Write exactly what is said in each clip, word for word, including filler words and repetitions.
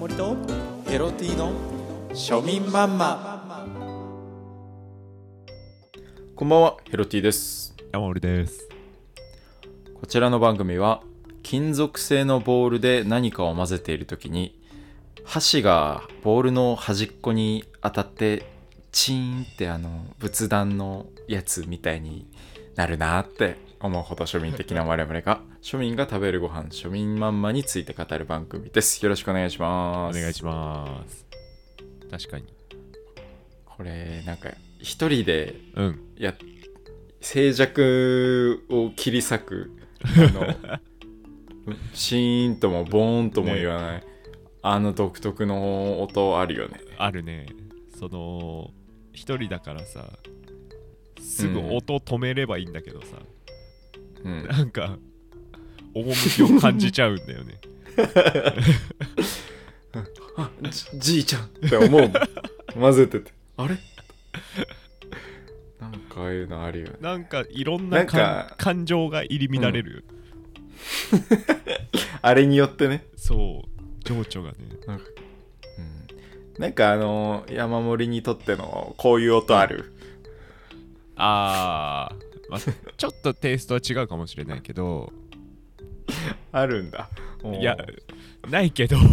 森とヘロティの庶民マンマ。こんばんは、ヘロティです。 山森です。 こちらの番組は金属製のボールで何かを混ぜているときに箸がボールの端っこに当たってチーンってあの仏壇のやつみたいになるなって思うほど庶民的な我々が庶民が食べるご飯庶民マンマについて語る番組です。よろしくお願いします。 お願いします。確かにこれなんか一人でうんや静寂を切り裂くあのシーンともボーンとも言わない、ね、あの独特の音あるよね。 あるね。その一人だからさすぐ音止めればいいんだけどさ、うん、なんか趣を感じちゃうんだよねあ、じ, じいちゃんって思う混ぜててあれなんかああいうのあるよね。 なんかいろんな感情が入り乱れる、 うん、あれによってね。 そう情緒がねなんか、うん、なんかあの山盛りにとってのこういう音ある？ あー、まあ、ちょっとテイストは違うかもしれないけどあるんだ。 いやないけど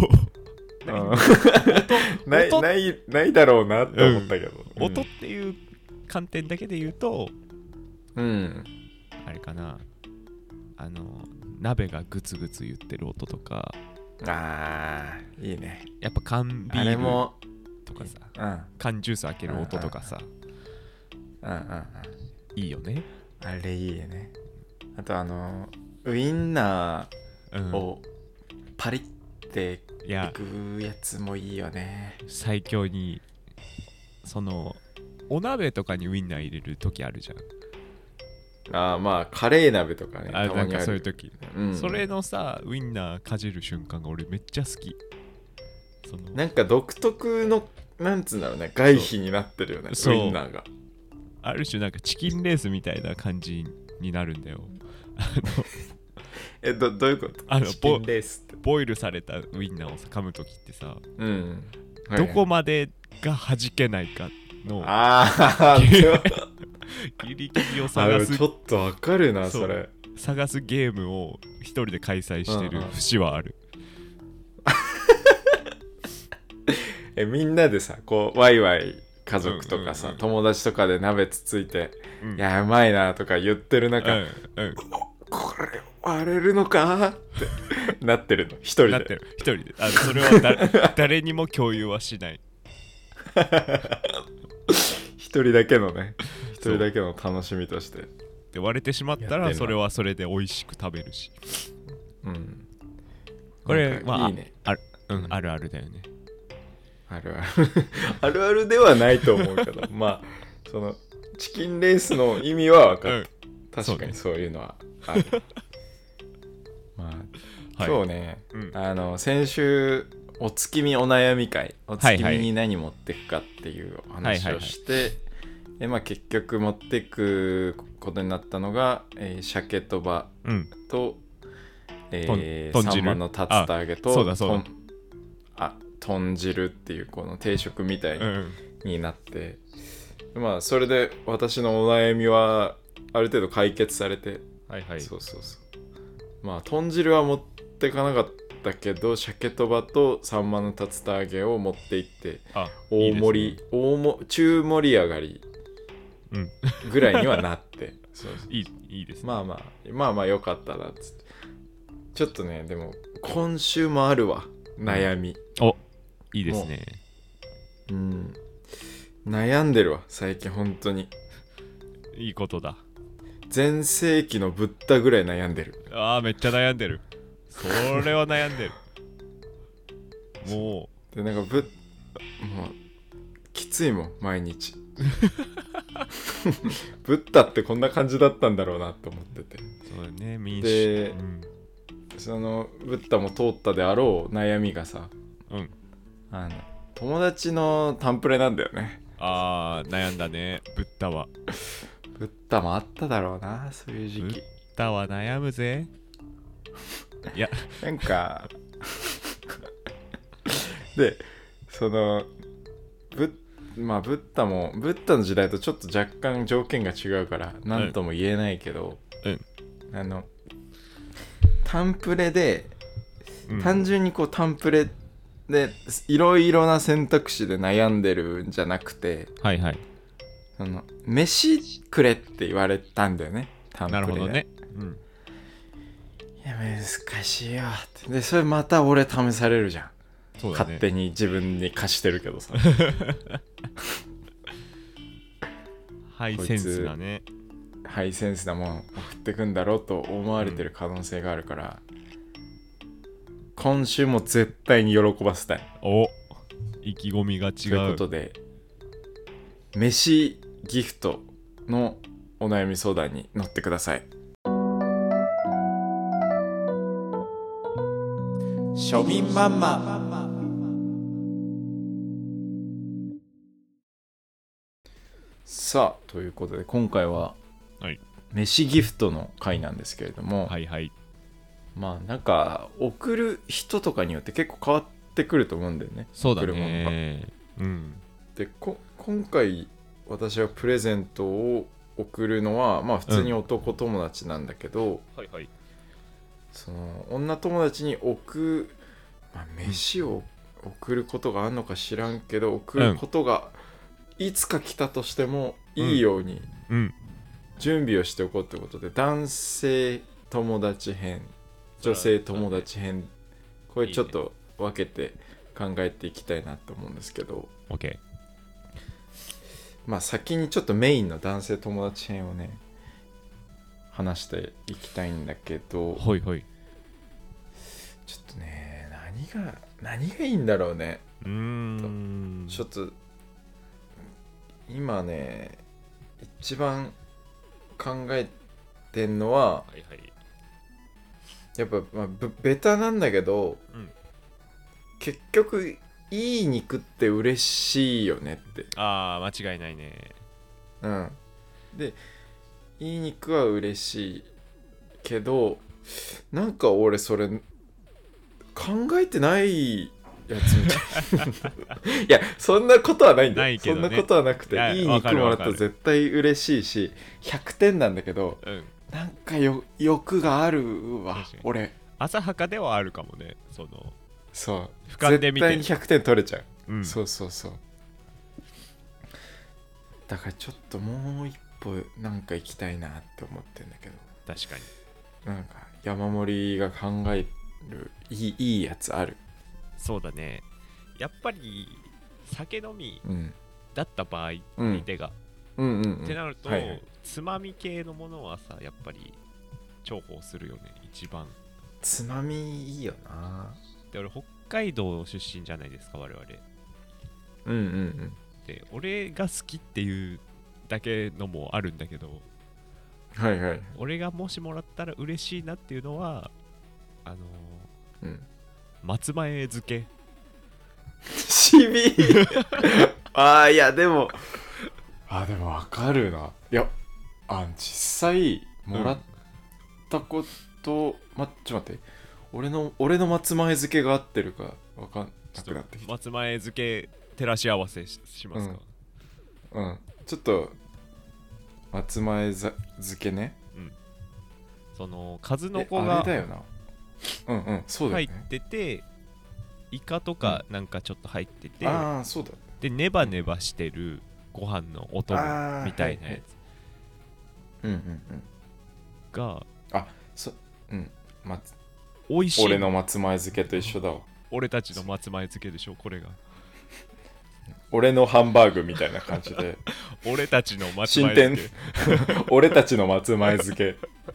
ない、ない、ないだろうなって思ったけど、 うん、音っていう観点だけで言うと、 うん、 あれかな、あの鍋がグツグツ言ってる音とか、 あーいいね。 やっぱ缶ビールとかさ、 うん、 缶ジュース開ける音とかさ、 うんうんうん、 いいよね。 あれいいよね。あとあのウインナーをパリっていくやつもいいよね。 最強にそのお鍋とかにウインナー入れる時あるじゃん。ああまあカレー鍋とかね。 あたまにある。 なんかそういう時、 うん、 それのさウインナーかじる瞬間が俺めっちゃ好き。 そのなんか独特のなんつうんだろうね、外皮になってるよねウインナーが。 ある種なんかチキンレースみたいな感じになるんだよ。あのえ ど, どういうこと？ あのチキンレースってボイルされたウインナーを噛むときってさ、 うんはいはい、 どこまでが弾けないかのあギリギリを探す。 ちょっとわかるなそれ。 探すゲームを一人で開催してる節はある。 えみんなでさこうワイワイ家族とかさ、うんうんうん、友達とかで鍋つついて、うん、いやうまいなとか言ってる中、うんうん、これ割れるのかってなってるの一人で。 なってる一人で。あのそれはだ誰にも共有はしない一人だけのね一人だけの楽しみとしてで割れてしまったらそれはそれで美味しく食べるし、 うん、 これまあいいね。 ある、うん、あるあるだよね。 あるあるあるあるではないと思うけどまあそのチキンレースの意味は分かった、うん、確かにそういうのはある、ね、まあ、はい、今日ね、うん、あの先週お月見お悩み会お月見に何持ってくかっていうお話をして、はいはい、でまあ、結局持ってくことになったのが、えー、鮭とばと、うんえー、サンマの竜田揚げとそうだそうだあ豚汁っていうこの定食みたいになって、うん、まあそれで私のお悩みはある程度解決されて、 はいはい、 そうそうそうまあ豚汁は持ってかなかったけど鮭とばとサンマの竜田揚げを持って行って大盛りいい、ね、大も中盛り上がりぐらいにはなってそうそういいいいですね。 まあまあまあまあよかったなっつって。ちょっとねでも今週もあるわ悩み、 うん、おいいですね。 うん、悩んでるわ最近本当に。 いいことだ。 全盛期のブッダぐらい悩んでる。 あーめっちゃ悩んでる。それは悩んでるもうでなんかぶもうきついもん毎日ブッダってこんな感じだったんだろうなと思ってて。 そうだね民主で、 うん、 そのブッダも通ったであろう悩みがさ、 うん、 あの友達のタンプレなんだよね。 あー悩んだねブッダは。 ブッダもあっただろうなそういう時期。 ブッダは悩むぜ。いやなんかでそのブッまあブッダもブッダの時代とちょっと若干条件が違うから何とも言えないけど、 うんうん、あのタンプレで、 うん、 単純にこうタンプレでいろいろな選択肢で悩んでるんじゃなくて、 はいはい、 その飯くれって言われたんだよね、タンプレで。 なるほどね、うん、 いや難しいよって。でそれまた俺試されるじゃん。 そうだね、 勝手に自分に貸してるけどさハイセンスだね。 ハイセンスなもん送ってくんだろうと思われてる可能性があるから、うん、今週も絶対に喜ばせたい。 お、意気込みが違うということで飯ギフトのお悩み相談に乗ってください。庶民マンマ。さあということで今回は飯ギフトの回なんですけれども、 はいはい、 まあなんか送る人とかによって結構変わってくると思うんだよね。 そうだね、 送るものが、 うん、 でこ今回私はプレゼントを送るのはまあ普通に男友達なんだけど、うん、 はいはい、 その女友達に送く、まあ、飯を送ることがあるのか知らんけど、送ることがいつか来たとしてもいいように準備をしておこうということで、男性友達編、女性友達編、これちょっと分けて考えていきたいなと思うんですけど、 OK、 まあ先にちょっとメインの男性友達編をね話していきたいんだけど、 ほいほい、 ちょっとね何が何がいいんだろうね。 うーん、 ちょっと今ね一番考えてんのは、 はいはい、 やっぱ、まあ、ベタなんだけど、うん、結局いい肉って嬉しいよねって。 ああ間違いないね。 うんでいい肉は嬉しいけど、なんか俺それ考えてないやつみたいないやそんなことはないんだよ、ね、そんなことはなくて、いい肉もらったら絶対嬉しいしひゃくてんなんだけど、うん、なんかよ欲があるわ俺。 浅はかではあるかもね。そのそう俯瞰で見て絶対にひゃくてん取れちゃう、 うん、 そうそうそう。だからちょっともう一歩なんか行きたいなって思ってんだけど。 確かになんか山盛りが考えるいい、いいやつある？ そうだね、やっぱり酒飲みだった場合、うん、相手が、うんうんうんうん、ってなると、はいはい、つまみ系のものはさやっぱり重宝するよね。一番つまみいいよな。 で俺北海道出身じゃないですか我々。 うんうんうん。 で俺が好きっていうだけのもあるんだけど、 はいはい、 俺がもしもらったら嬉しいなっていうのはあのー、うん、松前漬け。 しびあーいやでもあでもわかるな。いやあ実際もらったこと、うん、まちょっと待って、俺の俺の松前漬けが合ってるかわかんなくなってきた。 松前漬け照らし合わせ し, しますか、 うん、うん、ちょっと松前漬けね、 うん、その数の子があれだよな、うんうんそうだよね、 入っててイカとかなんかちょっと入ってて、 うん、ああそうだ、 でネバネバしてるご飯のお供みたいなやつ、 うんうんうんがあそうんま美味しい。 俺の松前漬けと一緒だわ。 俺たちの松前漬けでしょこれが。 俺のハンバーグみたいな感じで俺たちの松前漬け俺たちの松前漬け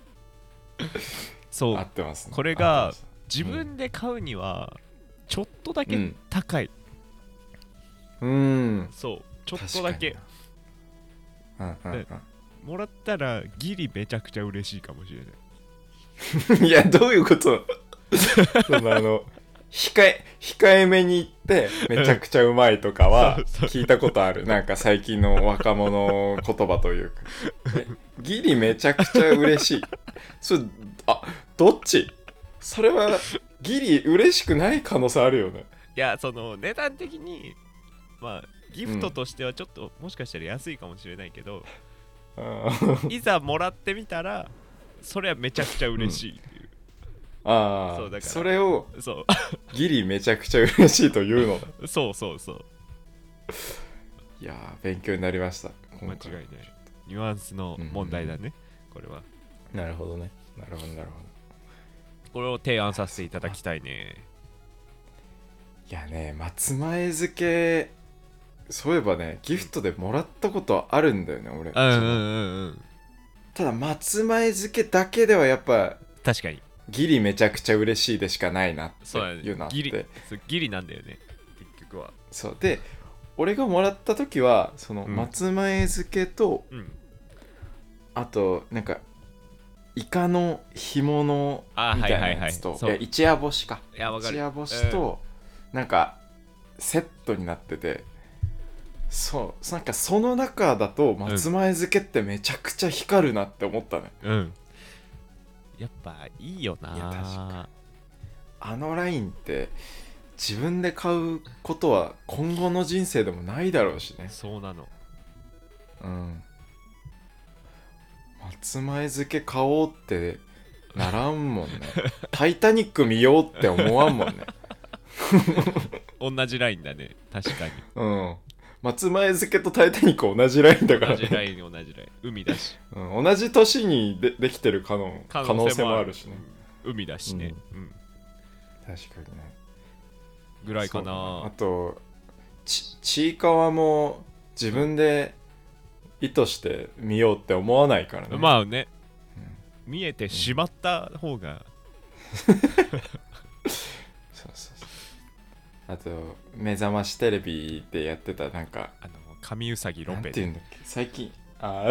そう合ってますね。 これが自分で買うにはちょっとだけ高い。 うん、うんそうちょっとだけ、 うんうんうん、 もらったらギリめちゃくちゃ嬉しいかもしれない。 いやどういうことそのあの控え控えめに言ってめちゃくちゃうまいとかは聞いたことある。なんか最近の若者言葉というかギリめちゃくちゃ嬉しいそれあどっちそれはギリ嬉しくない可能性あるよね。 いやその値段的にまあギフトとしてはちょっと、うん、もしかしたら安いかもしれないけどいざもらってみたらそれはめちゃくちゃ嬉しいっていう、 うん、ああ そ, だからそれをそうギリめちゃくちゃ嬉しいというのだそうそうそういやー勉強になりました。 間違いないニュアンスの問題だね、うん、これは。 なるほどねなるほどなるほど。 これを提案させていただきたいね。 いやね松前漬けそういえばねギフトでもらったことあるんだよね俺。 うんうんうんうん。 ただ松前漬けだけではやっぱ確かにギリめちゃくちゃ嬉しいでしかないなっていうのあって、 ギリそうギリなんだよね結局は。 そうで俺がもらった時はその松前漬けと、うん、あとなんかイカの干物みたいなやつと、いや一夜干しかいやわかる一夜干しと、うん、なんかセットになってて、そうなんかその中だと松前漬けってめちゃくちゃ光るなって思ったね。 うん、やっぱいいよな。 いや確かあのラインって自分で買うことは今後の人生でもないだろうしね。 そうなの。 うん松前漬け買おうってならんもんねタイタニック見ようって思わんもんね同じラインだね確かに。 うん松前漬けとタイタニック同じラインだから、 ね、同じライン同じライン海だし、 うん、同じ年に で, できてる可能可能性もあるしね。 海だしね、うんうん、 確かにねぐらいかな。 あとちちいかわも自分で意図して見ようって思わないからね。 まあね、うん、見えてしまった方が、 うん、そうそうそう。あと目覚ましテレビでやってたなんかあの神うさぎロペなんていうんだっけ最近あ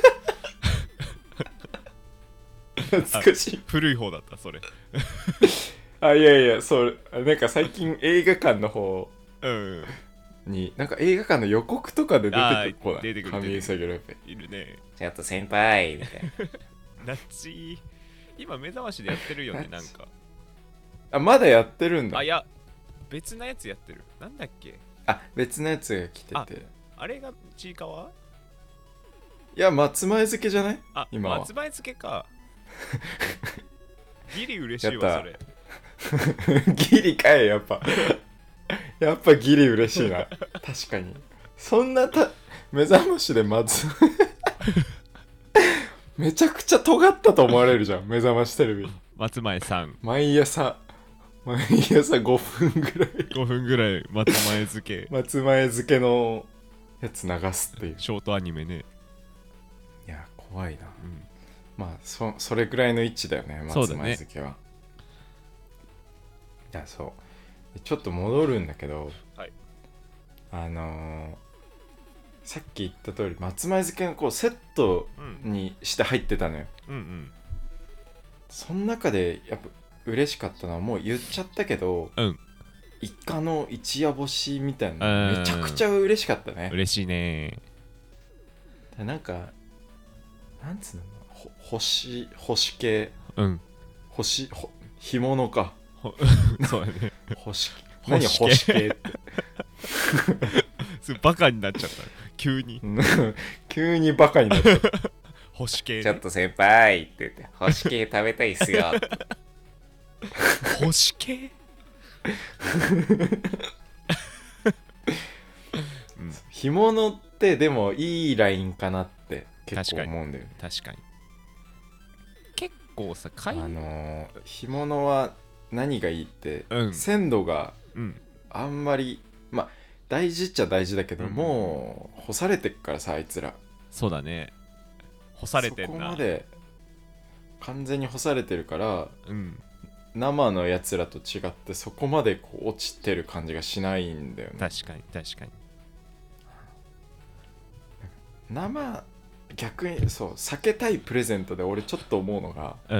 懐かしい古い方だったそれあいやいやそうなんか最近映画館の方に、うん、なんか映画館の予告とかで出てくる子だ。 出てくる神うさぎロペいるね。 ちょっと先輩みたいな夏い今目覚ましでやってるよねなんか。 あまだやってるんだ。 あいや別なやつやってる。なんだっけ。 あ別のやつが来ててあ, あれがちいかわ。 いや松前漬けじゃない。 あ今は松前漬けかギリ嬉しいわそれギリかいやっぱやっぱギリ嬉しいな確かにそんなた目覚ましで松めちゃくちゃ尖ったと思われるじゃん目覚ましテレビ。 松前さん毎朝毎朝ごふんぐらいごふんぐらい松前漬け松前漬けのやつ流すっていうショートアニメね。 いや怖いな、 うん、 まあ そ, それくらいの位置だよね松前漬けは。いやそうちょっと戻るんだけど、 はい、 あのー、さっき言った通り松前漬けのこうセットにして入ってたのよ、 うんうんうん、 その中でやっぱ嬉しかったのはもう言っちゃったけど、 うん、 イカの一夜干しみたいなめちゃくちゃ嬉しかったね。 嬉しいね。 なんかなんつうのほ星星系、 うん、 星ほ干物かそうだね星何星系ってバカになっちゃった急に急にバカになっちゃった星系、ね、 ちょっと先輩って言って星系食べたいっすよ星系うん、干物ってでもいいラインかなって結構思うんだよね。 確かに結構さ買いあのー、干物は何がいいって、 うん、 鮮度があんまり、うん、まあ大事っちゃ大事だけど、うん、もう干されてっからさあいつら。 そうだね干されてんな。 そこまで完全に干されてるから、 うん、 生のやつらと違ってそこまでこう落ちてる感じがしないんだよね。 確かに確かに生逆にそう避けたいプレゼントで俺ちょっと思うのが、 うん、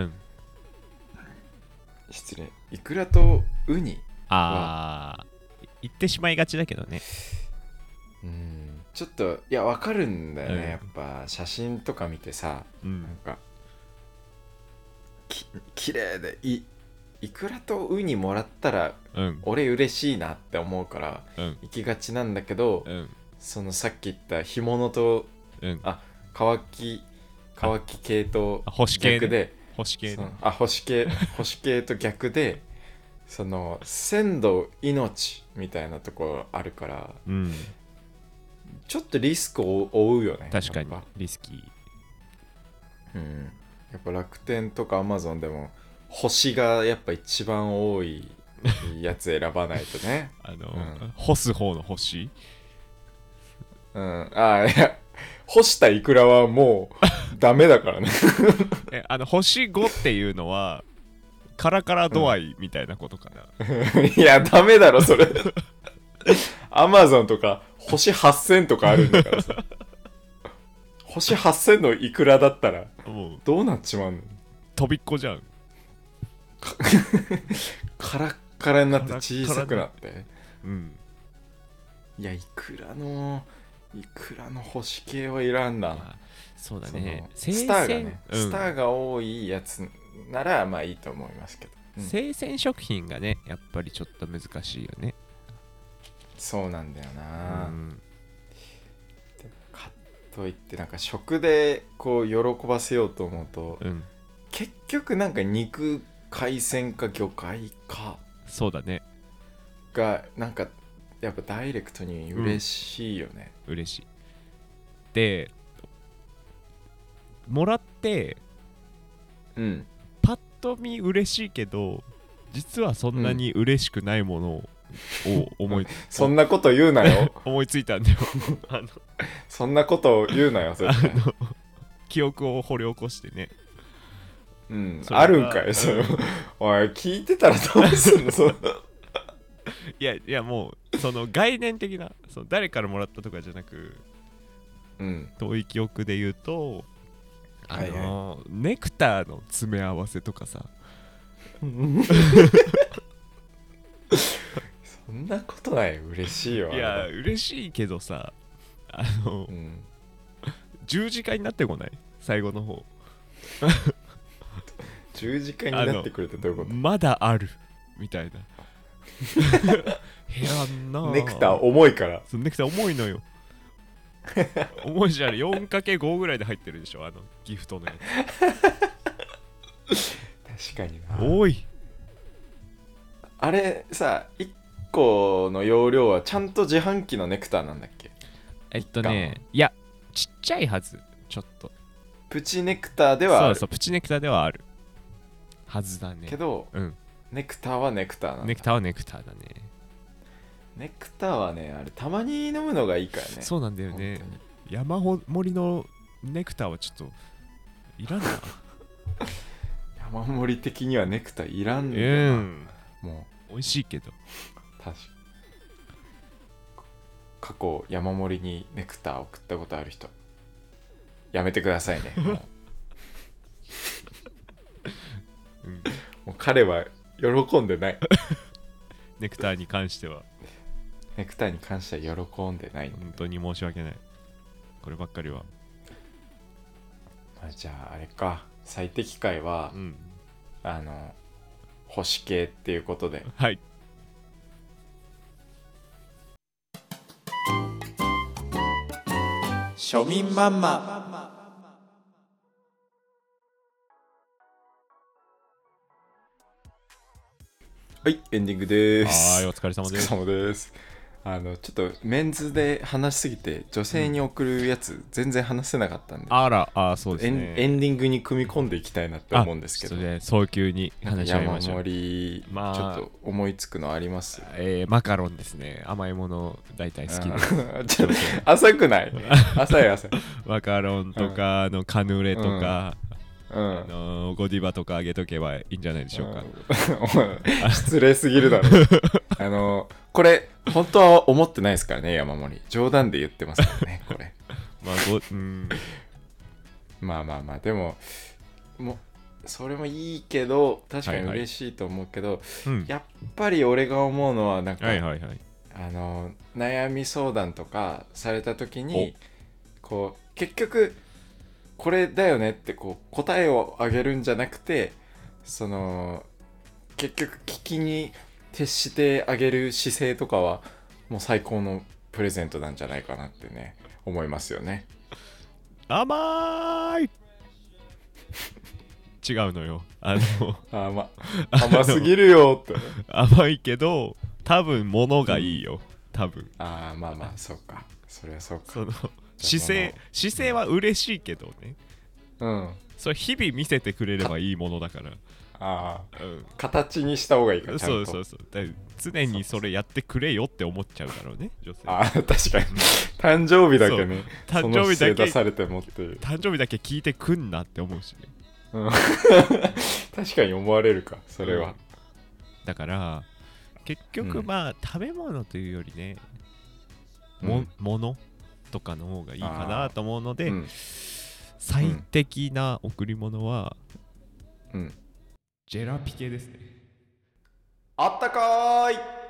失礼イクラとウニああ言ってしまいがちだけどね。 うんちょっといや分かるんだよね、うん、やっぱ写真とか見てさ、 うん、 なんかき綺麗でいイクラとウニもらったら、うん、俺嬉しいなって思うから、うん、行きがちなんだけど、うん、そのさっき言った干物と、うん、あ乾き乾き系と逆で干し系、ね、 あ干し系干し系と逆でその鮮度命みたいなところあるから、うん、ちょっとリスクを負うよね。 確かにリスキー、 うん、やっぱ楽天とかアマゾンでも星がやっぱ一番多いやつ選ばないとねあの、うん、干す方の星、 うん、ああいや干したイクラはもうダメだからねえあの星ごっていうのはカラカラ度合いみたいなことかな、 うん、いやダメだろそれアマゾンとか星はっせんとかあるんだからさ星はっせんのイクラだったらどうなっちまうの。 飛びっこじゃんカラッカラになって小さくなってうん。いやイクラのイクラの星系はいらんな。 そうだね。 スターがね、うん、スターが多いやつならまあいいと思いますけど、 うん、生鮮食品がねやっぱりちょっと難しいよね。 そうなんだよな、うん、でかといってなんか食でこう喜ばせようと思うと、うん、結局なんか肉海鮮か魚介かそうだねがなんかやっぱダイレクトに嬉しいよね、 うん、嬉しい。でもらって、うん、パッと見嬉しいけど実はそんなに嬉しくないものを思い、うん、 そんなこと言うなよ思いついたんだよあのそんなことを言うなよそれ記憶を掘り起こしてね、 うん、あるんかいそれおい聞いてたらどうすんのそいやいやもうその概念的なその誰からもらったとかじゃなく、うん、遠い記憶で言うとあのーはいはい、ネクターの詰め合わせとかさそんなことない嬉しいよ。 いや嬉しいけどさあの、うん、十字架になってこない最後の方十字架になってくるってどういうこと。 まだあるみたいなへやんなネクター重いからそネクター重いのよ重いじゃん よんかけご ぐらいで入ってるでしょあのギフトのやつ確かにな。 多いあれさいっこの容量はちゃんと自販機のネクターなんだっけ。 えっとねいやちっちゃいはずちょっとプチネクターではある。 そうそうプチネクターではあるはずだねけど、うん、ネクターはネクターなんだ。 ネクターはネクターだね。 ネクターはねあれたまに飲むのがいいからね。 そうなんだよね。山盛りのネクターはちょっといらんな山盛り的にはネクターいらんのよな、うん、もう美味しいけど確か過去山盛りにネクター送ったことある人やめてくださいねもう、うん、もう彼は喜んでないネクターに関してはネクターに関しては喜んでない。 本当に申し訳ないこればっかりは。 まあ、じゃああれか最適解は、うん、あの星系っていうことではい。 庶民マンマ。はいエンディングです。 はいお疲れ様です。 お疲れ様です。あのちょっとメンズで話しすぎて女性に送るやつ全然話せなかったんで、 あらあそうですね、 エンディングに組み込んでいきたいなって思うんですけど、 ね、早急に話し合いましょう。 山盛り、まあ、ちょっと思いつくのあります。 えー、マカロンですね。甘いもの大体好きです。 ちょっと浅くない浅い浅いマカロンとか、うん、のカヌレとか、うん、あのゴディバとかあげとけばいいんじゃないでしょうか、 うん、失礼すぎるだろあのこれ本当は思ってないですからね山盛り冗談で言ってますからねこれまあご、うん、 まあまあまあでももそれもいいけど確かに嬉しいと思うけど、はいはい、やっぱり俺が思うのはなんか、はいはいはい、あの悩み相談とかされた時にこう結局これだよねってこう答えをあげるんじゃなくてその結局聞きに徹してあげる姿勢とかはもう最高のプレゼントなんじゃないかなってね思いますよね。 甘い違うのよ、あの甘, 甘すぎるよって、ね、 甘いけど多分物がいいよ、多分。 ああまあまあそうか、それはそうか。 その姿勢姿勢は嬉しいけどね、 うん、 それ日々見せてくれればいいものだから。 ああ、うん、形にした方がいいからちゃんと。 そうそうそう、だ常にそれやってくれよって思っちゃうだろうね、女性。 ああ確かに誕生日だけね、 誕生日だけ出されてもっていう、 誕生日だけ聞いてくんなって思うしね、 うん、確かに思われるかそれは、うん、 だから結局まあ、うん、食べ物というよりね、も、うん、物とかの方がいいかなと思うので、うん、最適な贈り物は、うん、ジェラピケですね。 あったかーい。